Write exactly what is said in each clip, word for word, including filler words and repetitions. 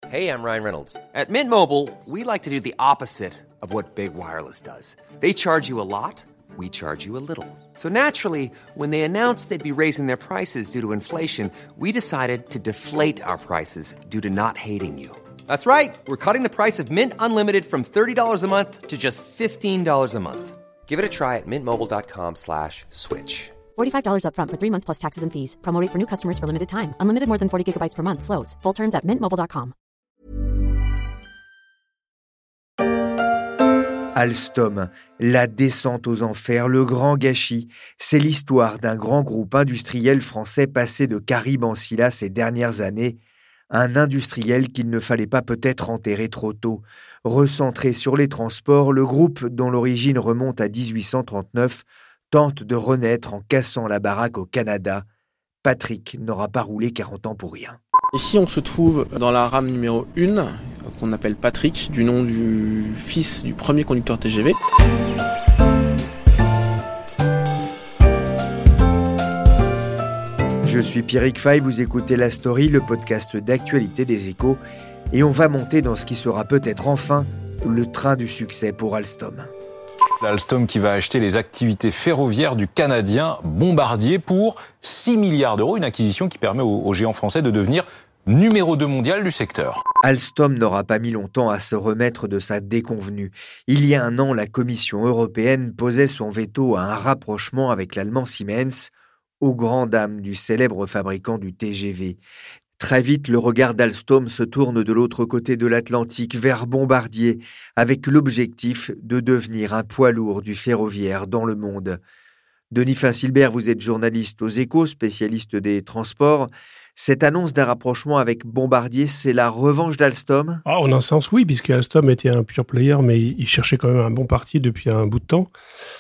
Hey, I'm Ryan Reynolds. At Mint Mobile, we like to do the opposite of what Big Wireless does. They charge you a lot, we charge you a little. So naturally, when they announced they'd be raising their prices due to inflation, we decided to deflate our prices due to not hating you. That's right. We're cutting the price of Mint Unlimited from thirty dollars a month to just fifteen dollars a month. Give it a try at mintmobile.com slash switch. forty-five dollars up front for three months plus taxes and fees. Promo rate for new customers for limited time. Unlimited more than forty gigabytes per month. Slows full terms at mint mobile dot com. Alstom, la descente aux enfers, le grand gâchis, c'est l'histoire d'un grand groupe industriel français passé de Caribe en Scylla ces dernières années. Un industriel qu'il ne fallait pas peut-être enterrer trop tôt. Recentré sur les transports, le groupe, dont l'origine remonte à dix-huit cent trente-neuf, tente de renaître en cassant la baraque au Canada. Patrick n'aura pas roulé quarante ans pour rien. Ici, on se trouve dans la rame numéro un, qu'on appelle Patrick, du nom du fils du premier conducteur T G V. Je suis Pierrick Fay, vous écoutez La Story, le podcast d'actualité des Échos, et on va monter dans ce qui sera peut-être enfin le train du succès pour Alstom. Alstom qui va acheter les activités ferroviaires du Canadien Bombardier pour six milliards d'euros, une acquisition qui permet au, au géant français de devenir numéro deux mondial du secteur. Alstom n'aura pas mis longtemps à se remettre de sa déconvenue. Il y a un an, la Commission européenne posait son veto à un rapprochement avec l'allemand Siemens, aux grandes dames du célèbre fabricant du T G V. Très vite, le regard d'Alstom se tourne de l'autre côté de l'Atlantique, vers Bombardier, avec l'objectif de devenir un poids lourd du ferroviaire dans le monde. Denis Fasilbert, vous êtes journaliste aux Échos, spécialiste des transports. Cette annonce d'un rapprochement avec Bombardier, c'est la revanche d'Alstom ? Ah, en un sens, oui, puisque Alstom était un pure player, mais il cherchait quand même un bon parti depuis un bout de temps.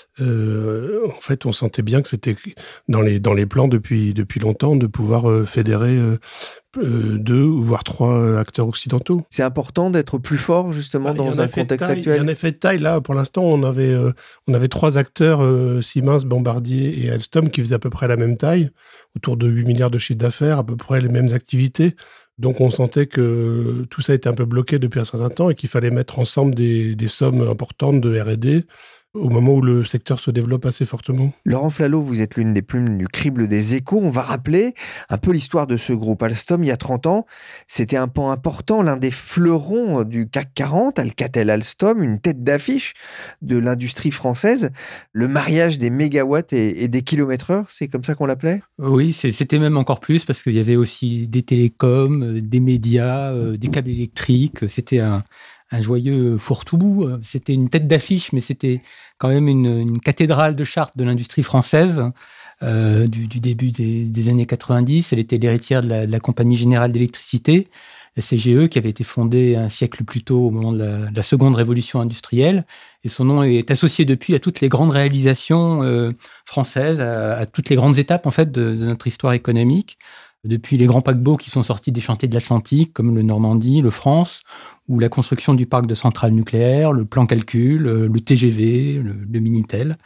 Euh, en fait, on sentait bien que c'était dans les, dans les plans depuis, depuis longtemps de pouvoir euh, fédérer euh, euh, deux ou voire trois acteurs occidentaux. C'est important d'être plus fort, justement, ah, dans un, un contexte taille, actuel. Il y a un effet de taille. Là, pour l'instant, on avait, euh, on avait trois acteurs, euh, Siemens, Bombardier et Alstom, qui faisaient à peu près la même taille, autour de huit milliards de chiffre d'affaires, à peu près les mêmes activités. Donc, on sentait que tout ça était un peu bloqué depuis un certain temps et qu'il fallait mettre ensemble des, des sommes importantes de R et D au moment où le secteur se développe assez fortement. Laurent Flalot, vous êtes l'une des plumes du crible des Échos. On va rappeler un peu l'histoire de ce groupe. Alstom, il y a trente ans, c'était un pan important, l'un des fleurons du C A C quarante, Alcatel-Alstom, une tête d'affiche de l'industrie française. Le mariage des mégawatts et, et des kilomètres-heure, c'est comme ça qu'on l'appelait ? Oui, c'est, c'était même encore plus parce qu'il y avait aussi des télécoms, des médias, des câbles électriques. C'était un... un joyeux fourre-tout-bout. C'était une tête d'affiche, mais c'était quand même une, une cathédrale de charte de l'industrie française euh, du, du début des, des années quatre-vingt-dix. Elle était l'héritière de la, de la Compagnie Générale d'Électricité, la C G E, qui avait été fondée un siècle plus tôt au moment de la, de la seconde révolution industrielle. Et son nom est associé depuis à toutes les grandes réalisations euh, françaises, à, à toutes les grandes étapes en fait de, de notre histoire économique. Depuis les grands paquebots qui sont sortis des chantiers de l'Atlantique, comme le Normandie, le France, ou la construction du parc de centrales nucléaires, le plan calcul, le T G V, le, le Minitel.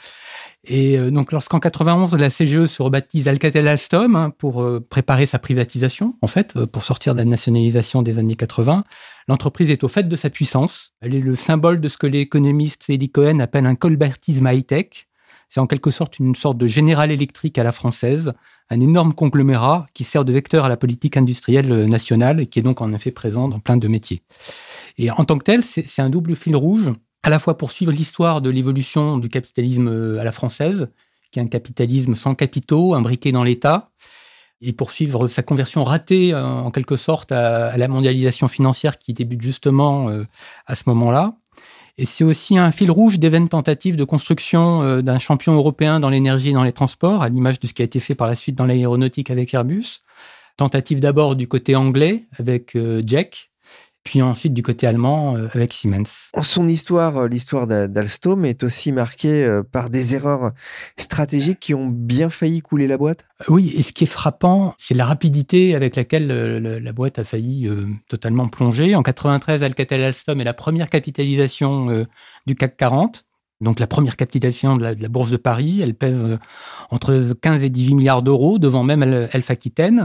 Et donc, lorsqu'en quatre-vingt-onze, la C G E se rebaptise Alcatel-Alstom hein, pour euh, préparer sa privatisation, en fait, euh, pour sortir de la nationalisation des années quatre-vingts, l'entreprise est au fait de sa puissance. Elle est le symbole de ce que l'économiste Eli Cohen appelle un colbertisme high-tech. C'est en quelque sorte une sorte de General Electric à la française, un énorme conglomérat qui sert de vecteur à la politique industrielle nationale et qui est donc en effet présent dans plein de métiers. Et en tant que tel, c'est, c'est un double fil rouge, à la fois poursuivre l'histoire de l'évolution du capitalisme à la française, qui est un capitalisme sans capitaux, imbriqué dans l'État, et poursuivre sa conversion ratée, en quelque sorte, à, à la mondialisation financière qui débute justement euh, à ce moment-là. Et c'est aussi un fil rouge des vaines tentatives de construction euh, d'un champion européen dans l'énergie et dans les transports, à l'image de ce qui a été fait par la suite dans l'aéronautique avec Airbus. Tentative d'abord du côté anglais avec euh, J E C, puis ensuite du côté allemand euh, avec Siemens. Son histoire, l'histoire d'Alstom est aussi marquée euh, par des erreurs stratégiques qui ont bien failli couler la boîte. Oui, et ce qui est frappant, c'est la rapidité avec laquelle euh, la, la boîte a failli euh, totalement plonger. En quatre-vingt-treize, Alcatel-Alstom est la première capitalisation euh, du C A C quarante. Donc la première capitalisation de la, de la Bourse de Paris. Elle pèse euh, entre quinze et dix-huit milliards d'euros, devant même Elf Aquitaine.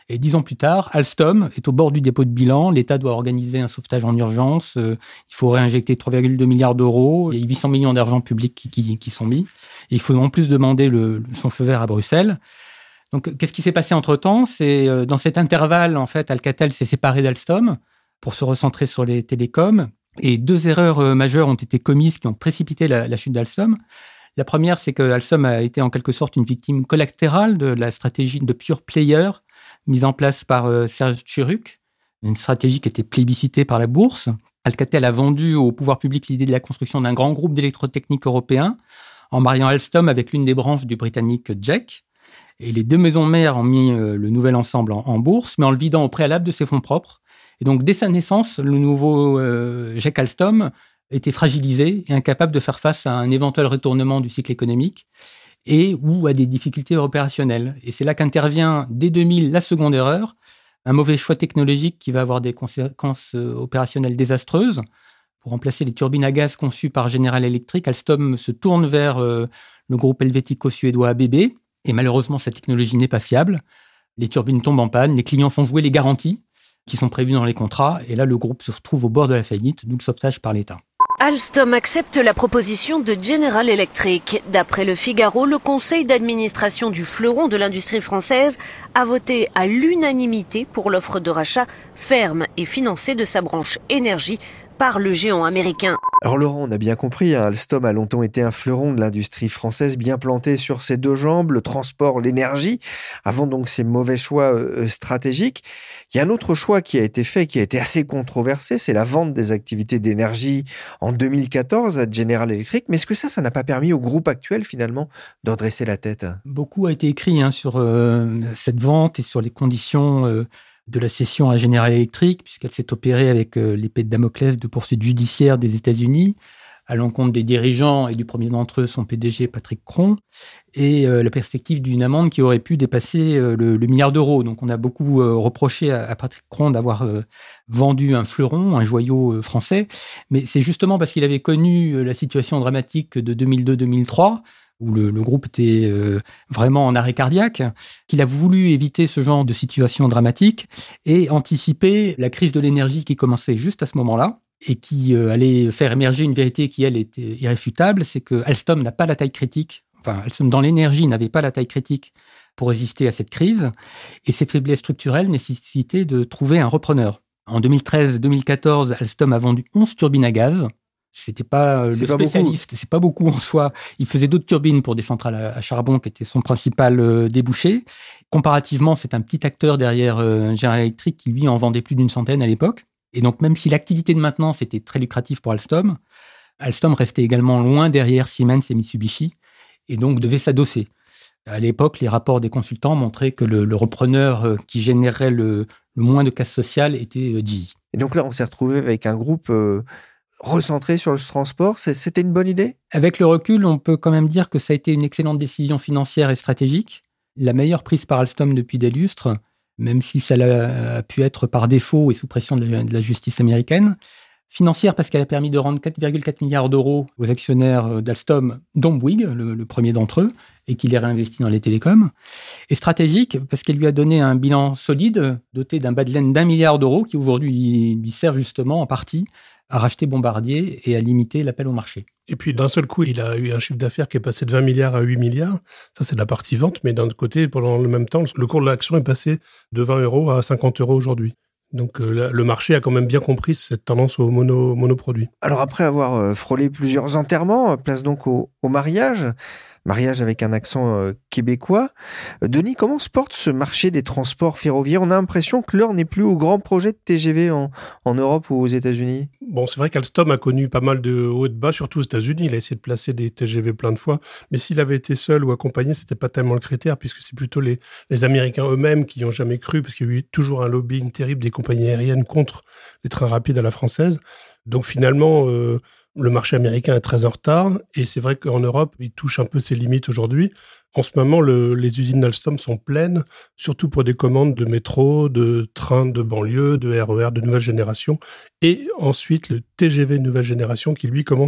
Et dix ans plus tard, Alstom est au bord du dépôt de bilan. L'État doit organiser un sauvetage en urgence. Euh, il faut réinjecter trois virgule deux milliards d'euros. Il y a huit cents millions d'argent public qui, qui, qui sont mis. Et il faut en plus demander le, son feu vert à Bruxelles. Donc, qu'est-ce qui s'est passé entre-temps ? C'est euh, dans cet intervalle, en fait, Alcatel s'est séparé d'Alstom pour se recentrer sur les télécoms. Et deux erreurs euh, majeures ont été commises qui ont précipité la, la chute d'Alstom. La première, c'est que Alstom a été en quelque sorte une victime collatérale de la stratégie de pure player mise en place par euh, Serge Tchuruk, une stratégie qui était plébiscitée par la bourse. Alcatel a vendu au pouvoir public l'idée de la construction d'un grand groupe d'électrotechnique européen en mariant Alstom avec l'une des branches du britannique G E C. Et les deux maisons mères ont mis euh, le nouvel ensemble en, en bourse, mais en le vidant au préalable de ses fonds propres. Et donc, dès sa naissance, le nouveau euh, G E C Alstom était fragilisé et incapable de faire face à un éventuel retournement du cycle économique et ou à des difficultés opérationnelles. Et c'est là qu'intervient, dès deux mille, la seconde erreur, un mauvais choix technologique qui va avoir des conséquences opérationnelles désastreuses. Pour remplacer les turbines à gaz conçues par General Electric, Alstom se tourne vers euh, le groupe helvético-suédois A B B. Et malheureusement, cette technologie n'est pas fiable. Les turbines tombent en panne, les clients font jouer les garanties qui sont prévues dans les contrats. Et là, le groupe se retrouve au bord de la faillite, d'où le sauvetage par l'État. Alstom accepte la proposition de General Electric. D'après Le Figaro, le conseil d'administration du fleuron de l'industrie française a voté à l'unanimité pour l'offre de rachat ferme et financée de sa branche énergie par le géant américain. Alors Laurent, on a bien compris, hein, Alstom a longtemps été un fleuron de l'industrie française, bien planté sur ses deux jambes, le transport, l'énergie, avant donc ces mauvais choix euh, stratégiques. Il y a un autre choix qui a été fait, qui a été assez controversé, c'est la vente des activités d'énergie en deux mille quatorze à General Electric. Mais est-ce que ça, ça n'a pas permis au groupe actuel finalement de redresser la tête ? Beaucoup a été écrit hein, sur euh, cette vente et sur les conditions euh, de la cession à General Electric, puisqu'elle s'est opérée avec euh, l'épée de Damoclès de poursuites judiciaires des États-Unis à l'encontre des dirigeants et du premier d'entre eux, son P D G Patrick Cron, et euh, la perspective d'une amende qui aurait pu dépasser euh, le, le milliard d'euros. Donc on a beaucoup euh, reproché à, à Patrick Cron d'avoir euh, vendu un fleuron, un joyau euh, français, mais c'est justement parce qu'il avait connu euh, la situation dramatique de deux mille deux deux mille trois, où le, le groupe était euh, vraiment en arrêt cardiaque, qu'il a voulu éviter ce genre de situation dramatique et anticiper la crise de l'énergie qui commençait juste à ce moment-là et qui euh, allait faire émerger une vérité qui, elle, était irréfutable, c'est que Alstom n'a pas la taille critique, enfin, Alstom dans l'énergie n'avait pas la taille critique pour résister à cette crise, et ces faiblesses structurelles nécessitaient de trouver un repreneur. En deux mille treize deux mille quatorze, Alstom a vendu onze turbines à gaz. C'était pas le c'est pas spécialiste, beaucoup. c'est pas beaucoup en soi. Il faisait d'autres turbines pour des centrales à, à charbon qui était son principal euh, débouché. Comparativement, c'est un petit acteur derrière euh, General Electric qui, lui, en vendait plus d'une centaine à l'époque. Et donc, même si l'activité de maintenance était très lucrative pour Alstom, Alstom restait également loin derrière Siemens et Mitsubishi et donc devait s'adosser. À l'époque, les rapports des consultants montraient que le, le repreneur euh, qui générait le, le moins de casse sociale était euh, G E. Et donc là, on s'est retrouvé avec un groupe euh, recentré sur le transport. C'est, c'était une bonne idée ? Avec le recul, on peut quand même dire que ça a été une excellente décision financière et stratégique. La meilleure prise par Alstom depuis des lustres, même si ça a pu être par défaut et sous pression de la, de la justice américaine. Financière parce qu'elle a permis de rendre quatre virgule quatre milliards d'euros aux actionnaires d'Alstom, dont Bouygues, le, le premier d'entre eux, et qui les réinvestit dans les télécoms. Et stratégique parce qu'elle lui a donné un bilan solide, doté d'un bas de laine d'un milliard d'euros, qui aujourd'hui lui sert justement en partie à racheter Bombardier et à limiter l'appel au marché. Et puis, d'un seul coup, il a eu un chiffre d'affaires qui est passé de vingt milliards à huit milliards. Ça, c'est la partie vente. Mais d'un autre côté, pendant le même temps, le cours de l'action est passé de vingt euros à cinquante euros aujourd'hui. Donc, euh, le marché a quand même bien compris cette tendance au mono, monoproduit. Alors, après avoir euh, frôlé plusieurs enterrements, place donc au, au mariage. Mariage avec un accent euh, québécois. Euh, Denis, comment se porte ce marché des transports ferroviaires ? On a l'impression que l'heure n'est plus au grand projet de T G V en, en Europe ou aux États-Unis. Bon, c'est vrai qu'Alstom a connu pas mal de hauts et de bas, surtout aux États-Unis. Il a essayé de placer des T G V plein de fois. Mais s'il avait été seul ou accompagné, c'était pas tellement le critère, puisque c'est plutôt les, les Américains eux-mêmes qui n'y ont jamais cru, parce qu'il y a eu toujours un lobbying terrible des compagnies aériennes contre les trains rapides à la française. Donc finalement, euh, le marché américain est très en retard. Et c'est vrai qu'en Europe, il touche un peu ses limites aujourd'hui. En ce moment, le, les usines d'Alstom sont pleines, surtout pour des commandes de métro, de trains de banlieue, de R E R de nouvelle génération. Et ensuite, le T G V nouvelle génération qui, lui, commence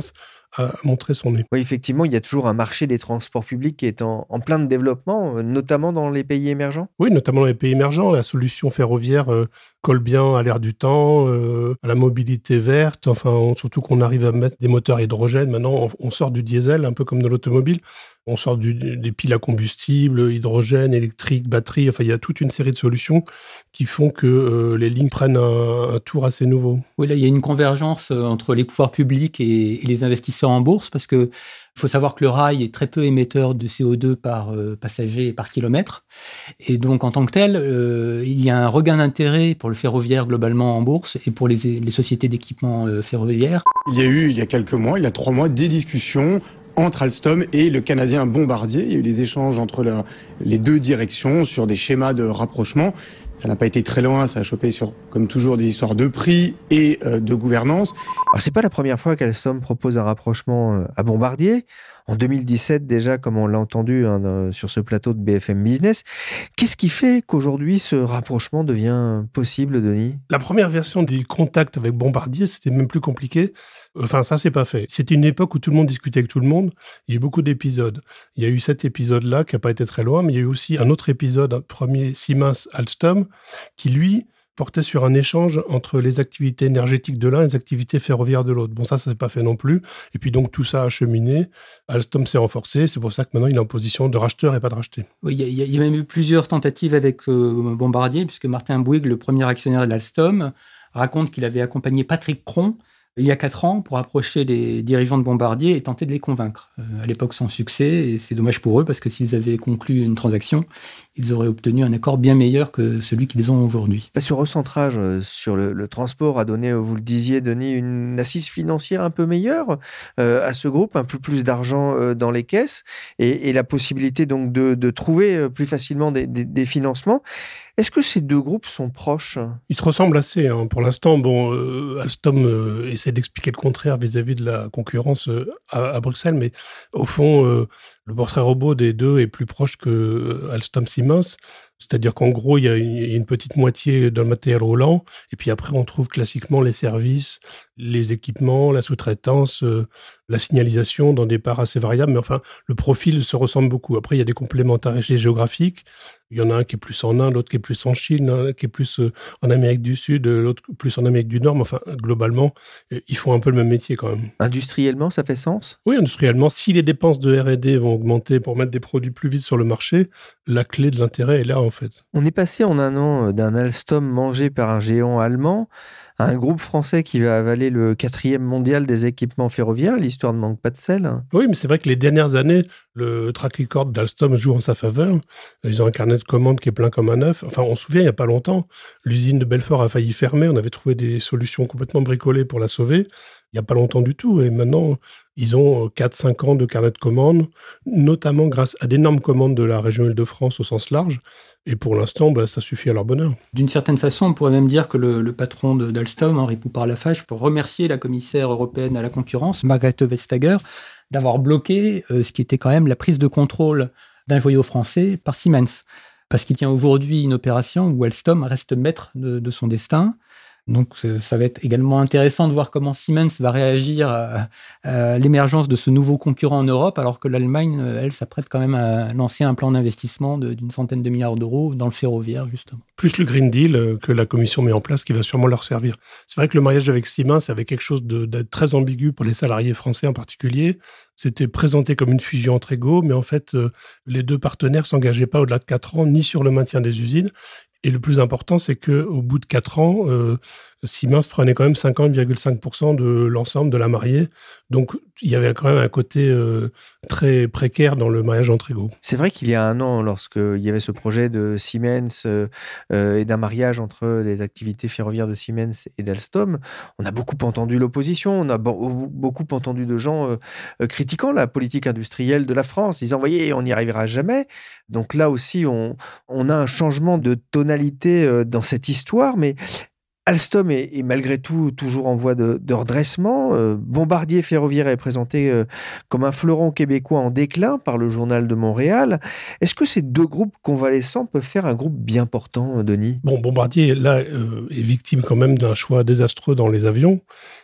à montrer son nez. Oui, effectivement, il y a toujours un marché des transports publics qui est en, en plein de développement, notamment dans les pays émergents. Oui, notamment dans les pays émergents. La solution ferroviaire euh, colle bien à l'ère du temps, euh, à la mobilité verte. Enfin, on, surtout qu'on arrive à mettre des moteurs à hydrogène. Maintenant, on, on sort du diesel, un peu comme dans l'automobile. On sort du, des piles à combustible, hydrogène, électrique, batterie. Enfin, il y a toute une série de solutions qui font que euh, les lignes prennent un, un tour assez nouveau. Oui, là, il y a une convergence entre les pouvoirs publics et, et les investisseurs en bourse, parce que il faut savoir que le rail est très peu émetteur de C O deux par euh, passager et par kilomètre. Et donc, en tant que tel, euh, il y a un regain d'intérêt pour le ferroviaire globalement en bourse et pour les, les sociétés d'équipement euh, ferroviaire. Il y a eu, il y a quelques mois, il y a trois mois, des discussions entre Alstom et le Canadien Bombardier. Il y a eu des échanges entre la, les deux directions sur des schémas de rapprochement. Ça n'a pas été très loin, ça a chopé sur, comme toujours, des histoires de prix et euh, de gouvernance. Alors, c'est pas la première fois qu'Alstom propose un rapprochement à Bombardier. En deux mille dix-sept, déjà, comme on l'a entendu hein, sur ce plateau de B F M Business. Qu'est-ce qui fait qu'aujourd'hui, ce rapprochement devient possible, Denis ? La première version du contact avec Bombardier, c'était même plus compliqué. Enfin, ça, c'est pas fait. C'était une époque où tout le monde discutait avec tout le monde. Il y a eu beaucoup d'épisodes. Il y a eu cet épisode-là qui n'a pas été très loin, mais il y a eu aussi un autre épisode, un premier Siemens-Alstom, qui, lui, portait sur un échange entre les activités énergétiques de l'un et les activités ferroviaires de l'autre. Bon, ça, ça s'est pas fait non plus. Et puis donc, tout ça a cheminé. Alstom s'est renforcé. C'est pour ça que maintenant, il est en position de racheteur et pas de racheté. Oui, il y, y, y a même eu plusieurs tentatives avec euh, Bombardier, puisque Martin Bouygues, le premier actionnaire de l'Alstom, raconte qu'il avait accompagné Patrick Cron il y a quatre ans pour approcher les dirigeants de Bombardier et tenter de les convaincre. Euh, à l'époque, sans succès, et c'est dommage pour eux, parce que s'ils avaient conclu une transaction, ils auraient obtenu un accord bien meilleur que celui qu'ils ont aujourd'hui. Ce recentrage sur le, le transport a donné, vous le disiez, Denis, une assise financière un peu meilleure euh, à ce groupe, un peu plus d'argent euh, dans les caisses et, et la possibilité donc de, de trouver plus facilement des, des, des financements. Est-ce que ces deux groupes sont proches ? Ils se ressemblent assez. Hein. Pour l'instant, bon, euh, Alstom euh, essaie d'expliquer le contraire vis-à-vis de la concurrence euh, à, à Bruxelles, mais au fond, euh, le portrait robot des deux est plus proche que euh, Alstom-Siemens. C'est-à-dire qu'en gros, il y a une, une petite moitié dans le matériel roulant, et puis après, on trouve classiquement les services, les équipements, la sous-traitance, euh, la signalisation dans des parts assez variables. Mais enfin, le profil se ressemble beaucoup. Après, il y a des complémentarités géographiques. Il y en a un qui est plus en Inde, l'autre qui est plus en Chine, un qui est plus euh, en Amérique du Sud, l'autre plus en Amérique du Nord. Mais enfin, globalement, euh, ils font un peu le même métier quand même. Industriellement, ça fait sens ? Oui, industriellement. Si les dépenses de R et D vont augmenter pour mettre des produits plus vite sur le marché, la clé de l'intérêt est là, en fait. On est passé en un an d'un Alstom mangé par un géant allemand à un groupe français qui va avaler le quatrième mondial des équipements ferroviaires. L'histoire ne manque pas de sel. Oui, mais c'est vrai que les dernières années, le track record d'Alstom joue en sa faveur. Ils ont un carnet de commandes qui est plein comme un œuf. Enfin, on se souvient, il n'y a pas longtemps, l'usine de Belfort a failli fermer. On avait trouvé des solutions complètement bricolées pour la sauver. Il n'y a pas longtemps du tout. Et maintenant, ils ont quatre à cinq ans de carnet de commandes, notamment grâce à d'énormes commandes de la région Île-de-France au sens large. Et pour l'instant, bah, ça suffit à leur bonheur. D'une certaine façon, on pourrait même dire que le, le patron de, d'Alstom, Henri Poupart-Lafarge, peut remercier la commissaire européenne à la concurrence, Margrethe Vestager, d'avoir bloqué euh, ce qui était quand même la prise de contrôle d'un joyau français par Siemens. Parce qu'il y a aujourd'hui une opération où Alstom reste maître de, de son destin. Donc, ça va être également intéressant de voir comment Siemens va réagir à, à l'émergence de ce nouveau concurrent en Europe, alors que l'Allemagne, elle, s'apprête quand même à lancer un plan d'investissement de, d'une centaine de milliards d'euros dans le ferroviaire, justement. Plus le Green Deal que la Commission met en place, qui va sûrement leur servir. C'est vrai que le mariage avec Siemens avait quelque chose de, de très ambigu pour les salariés français en particulier. C'était présenté comme une fusion entre égaux, mais en fait, euh, les deux partenaires s'engageaient pas au-delà de quatre ans, ni sur le maintien des usines. Et le plus important, c'est qu'au bout de quatre ans, euh, Siemens prenait quand même cinquante virgule cinq pour cent de l'ensemble de la mariée. Donc, il y avait quand même un côté euh, très précaire dans le mariage entre égaux. C'est vrai qu'il y a un an, lorsqu'il y avait ce projet de Siemens euh, euh, et d'un mariage entre les activités ferroviaires de Siemens et d'Alstom, on a beaucoup entendu l'opposition, on a bo- beaucoup entendu de gens euh, critiquant la politique industrielle de la France, disant « voyez, on n'y arrivera jamais ». Donc là aussi, on, on a un changement de tonalité euh, dans cette histoire, mais Alstom est, est malgré tout toujours en voie de, de redressement. Euh, Bombardier Ferroviaire est présenté euh, comme un fleuron québécois en déclin par le Journal de Montréal. Est-ce que ces deux groupes convalescents peuvent faire un groupe bien portant, Denis ? Bon, Bombardier, là, euh, est victime quand même d'un choix désastreux dans les avions.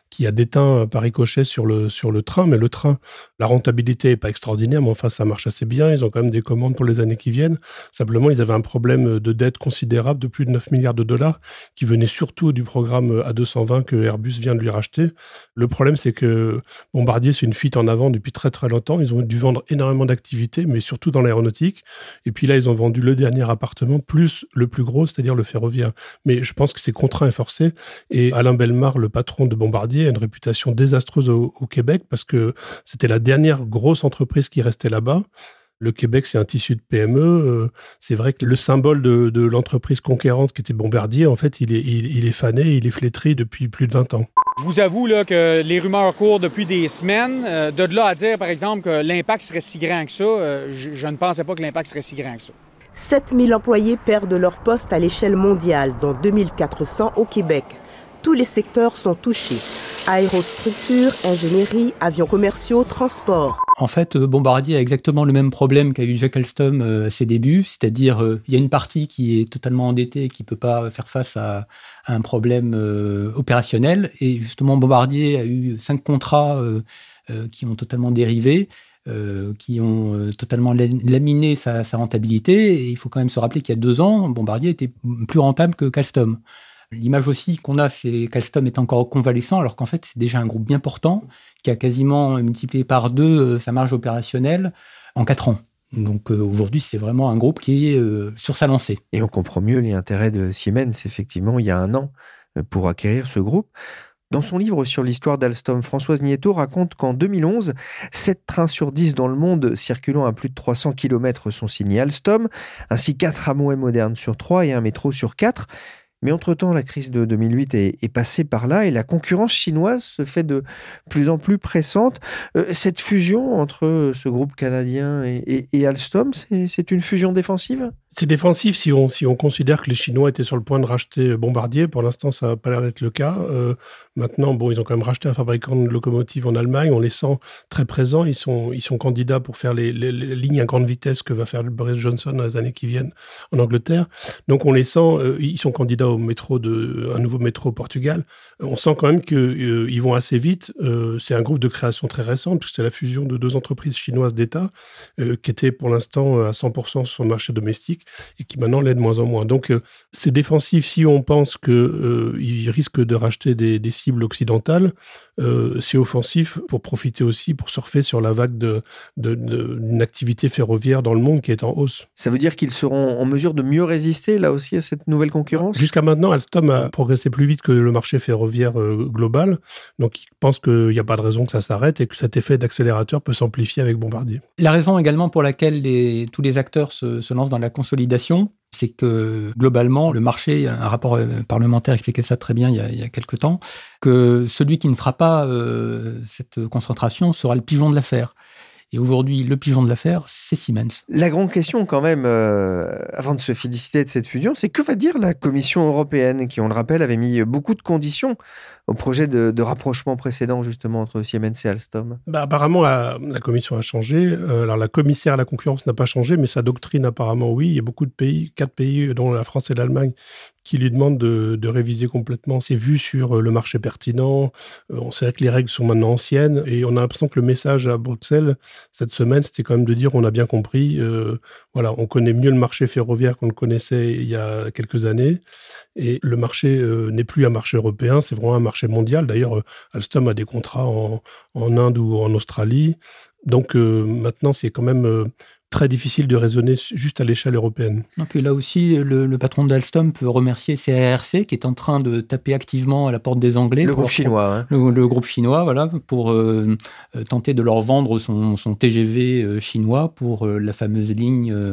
qui a déteint par ricochet sur le, sur le train. Mais le train, la rentabilité n'est pas extraordinaire, mais enfin, ça marche assez bien. Ils ont quand même des commandes pour les années qui viennent. Simplement, ils avaient un problème de dette considérable de plus de neuf milliards de dollars qui venait surtout du programme A deux cent vingt que Airbus vient de lui racheter. Le problème, c'est que Bombardier, c'est une fuite en avant depuis très très longtemps. Ils ont dû vendre énormément d'activités, mais surtout dans l'aéronautique. Et puis là, ils ont vendu le dernier appartement, plus le plus gros, c'est-à-dire le ferroviaire. Mais je pense que c'est contraint et forcé. Et Alain Bellemare, le patron de Bombardier, a une réputation désastreuse au, au Québec parce que c'était la dernière grosse entreprise qui restait là-bas. Le Québec, c'est un tissu de P M E. C'est vrai que le symbole de, de l'entreprise conquérante qui était Bombardier, en fait, il est, il, il est fané, il est flétri depuis plus de vingt ans. Je vous avoue là, que les rumeurs courent depuis des semaines. Euh, de là à dire, par exemple, que l'impact serait si grand que ça, euh, je, je ne pensais pas que l'impact serait si grand que ça. sept mille employés perdent leur poste à l'échelle mondiale, dont deux mille quatre cents au Québec. Tous les secteurs sont touchés. Aérostructure, ingénierie, avions commerciaux, transport. En fait, Bombardier a exactement le même problème qu'a eu Jacques Alstom à ses débuts, c'est-à-dire euh, il y a une partie qui est totalement endettée et qui ne peut pas faire face à, à un problème euh, opérationnel. Et justement, Bombardier a eu cinq contrats euh, euh, qui ont totalement dérivé, euh, qui ont euh, totalement laminé sa, sa rentabilité. Et il faut quand même se rappeler qu'il y a deux ans, Bombardier était plus rentable que qu'Alstom. L'image aussi qu'on a, c'est qu'Alstom est encore convalescent, alors qu'en fait, c'est déjà un groupe bien portant, qui a quasiment multiplié par deux sa marge opérationnelle en quatre ans. Donc euh, aujourd'hui, c'est vraiment un groupe qui est euh, sur sa lancée. Et on comprend mieux les intérêts de Siemens, effectivement, il y a un an, pour acquérir ce groupe. Dans son livre sur l'histoire d'Alstom, Françoise Nieto raconte qu'en deux mille onze, sept trains sur dix dans le monde circulant à plus de trois cents kilomètres sont signés Alstom, ainsi quatre tramways modernes sur trois et un métro sur quatre. Mais entre-temps, la crise de deux mille huit est, est passée par là et la concurrence chinoise se fait de plus en plus pressante. Euh, cette fusion entre ce groupe canadien et, et, et Alstom, c'est, c'est une fusion défensive ? C'est défensif si on, si on considère que les Chinois étaient sur le point de racheter Bombardier. Pour l'instant, ça n'a pas l'air d'être le cas. Euh, maintenant, bon, ils ont quand même racheté un fabricant de locomotives en Allemagne. On les sent très présents. Ils sont, ils sont candidats pour faire les, les, les lignes à grande vitesse que va faire Boris Johnson dans les années qui viennent en Angleterre. Donc, on les sent, euh, ils sont candidats au métro de, un nouveau métro au Portugal. On sent quand même qu'ils euh, vont assez vite. Euh, c'est un groupe de création très récent, puisque c'est la fusion de deux entreprises chinoises d'État euh, qui étaient pour l'instant à cent pour cent sur le marché domestique et qui maintenant l'est de moins en moins. Donc, euh, c'est défensif si on pense qu'ils euh, risquent de racheter des, des cibles occidentales. Euh, c'est offensif pour profiter aussi, pour surfer sur la vague de, de, de, d'une activité ferroviaire dans le monde qui est en hausse. Ça veut dire qu'ils seront en mesure de mieux résister, là aussi, à cette nouvelle concurrence ? Jusqu'à maintenant, Alstom a progressé plus vite que le marché ferroviaire euh, global. Donc, ils pensent qu'il n'y a pas de raison que ça s'arrête et que cet effet d'accélérateur peut s'amplifier avec Bombardier. La raison également pour laquelle les, tous les acteurs se, se lancent dans la consolidation, c'est que globalement, le marché, un rapport parlementaire expliquait ça très bien il y a, il y a quelques temps, que celui qui ne fera pas euh, cette concentration sera le pigeon de l'affaire. Et aujourd'hui, le pigeon de l'affaire, c'est Siemens. La grande question quand même, euh, avant de se féliciter de cette fusion, c'est que va dire la Commission européenne, qui, on le rappelle, avait mis beaucoup de conditions au projet de, de rapprochement précédent, justement, entre Siemens et Alstom ? Bah, apparemment, la, la Commission a changé. Euh, alors, la commissaire à la concurrence n'a pas changé, mais sa doctrine, apparemment, oui. Il y a beaucoup de pays, quatre pays, dont la France et l'Allemagne, qui lui demandent de, de réviser complètement ses vues sur le marché pertinent. Euh, on sait que les règles sont maintenant anciennes et on a l'impression que le message à Bruxelles, cette semaine, c'était quand même de dire on a bien compris. Euh, voilà, on connaît mieux le marché ferroviaire qu'on le connaissait il y a quelques années. Et le marché euh, n'est plus un marché européen, c'est vraiment un marché mondial. D'ailleurs, euh, Alstom a des contrats en, en Inde ou en Australie. Donc euh, maintenant, c'est quand même euh, très difficile de raisonner juste à l'échelle européenne. Non, puis là aussi, le, le patron d'Alstom peut remercier C A R C qui est en train de taper activement à la porte des Anglais. Le pour, groupe chinois. Hein. Le, le groupe chinois, voilà, pour euh, tenter de leur vendre son, son T G V euh, chinois pour euh, la fameuse ligne euh,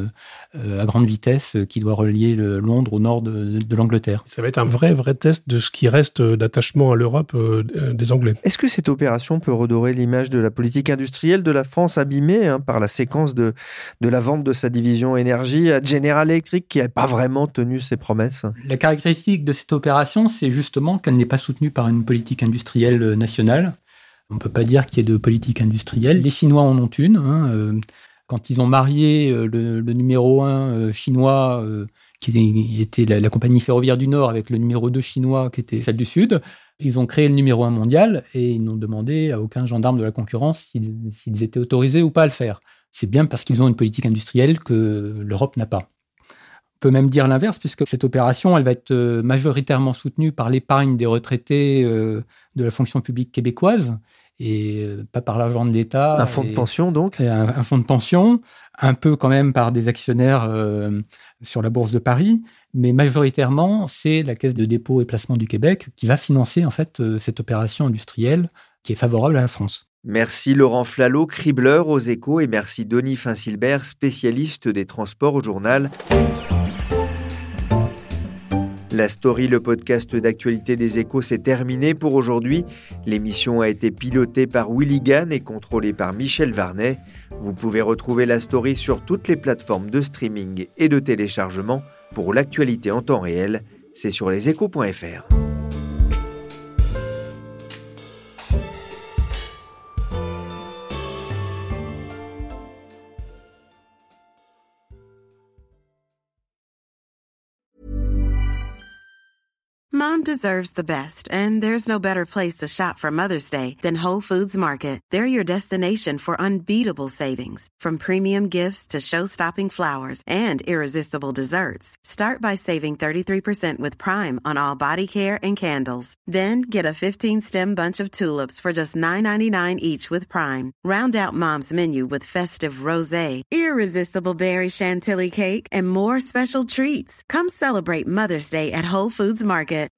à grande vitesse qui doit relier le Londres au nord de, de l'Angleterre. Ça va être un vrai, vrai test de ce qui reste d'attachement à l'Europe euh, des Anglais. Est-ce que cette opération peut redorer l'image de la politique industrielle de la France abîmée hein, par la séquence de de la vente de sa division énergie à General Electric qui n'a pas vraiment tenu ses promesses ? La caractéristique de cette opération, c'est justement qu'elle n'est pas soutenue par une politique industrielle nationale. On ne peut pas dire qu'il y ait de politique industrielle. Les Chinois en ont une. Hein, euh, quand ils ont marié euh, le, le numéro un euh, chinois, euh, qui était la, la compagnie ferroviaire du Nord, avec le numéro deux chinois, qui était celle du Sud, Ils ont créé le numéro un mondial et ils n'ont demandé à aucun gendarme de la concurrence s'ils, s'ils étaient autorisés ou pas à le faire. C'est bien parce qu'ils ont une politique industrielle que l'Europe n'a pas. On peut même dire l'inverse, puisque cette opération, elle va être majoritairement soutenue par l'épargne des retraités euh, de la fonction publique québécoise, et euh, pas par l'argent de l'État. Un fonds de pension, donc un, un fonds de pension, un peu quand même par des actionnaires euh, sur la Bourse de Paris, mais majoritairement, c'est la Caisse de dépôt et placement du Québec qui va financer en fait euh, cette opération industrielle qui est favorable à la France. Merci Laurent Flalot, cribleur aux Échos, et merci Denis Finsilbert, spécialiste des transports au journal. La story, le podcast d'actualité des Échos, c'est terminé pour aujourd'hui. L'émission a été pilotée par Willy Gann et contrôlée par Michel Varnet. Vous pouvez retrouver la story sur toutes les plateformes de streaming et de téléchargement. Pour l'actualité en temps réel, c'est sur leséchos point f r. Mom deserves the best, and there's no better place to shop for Mother's Day than Whole Foods Market. They're your destination for unbeatable savings, from premium gifts to show-stopping flowers and irresistible desserts. Start by saving thirty-three percent with Prime on all body care and candles. Then get a fifteen-stem bunch of tulips for just nine ninety-nine each with Prime. Round out Mom's menu with festive rosé, irresistible berry chantilly cake, and more special treats. Come celebrate Mother's Day at Whole Foods Market.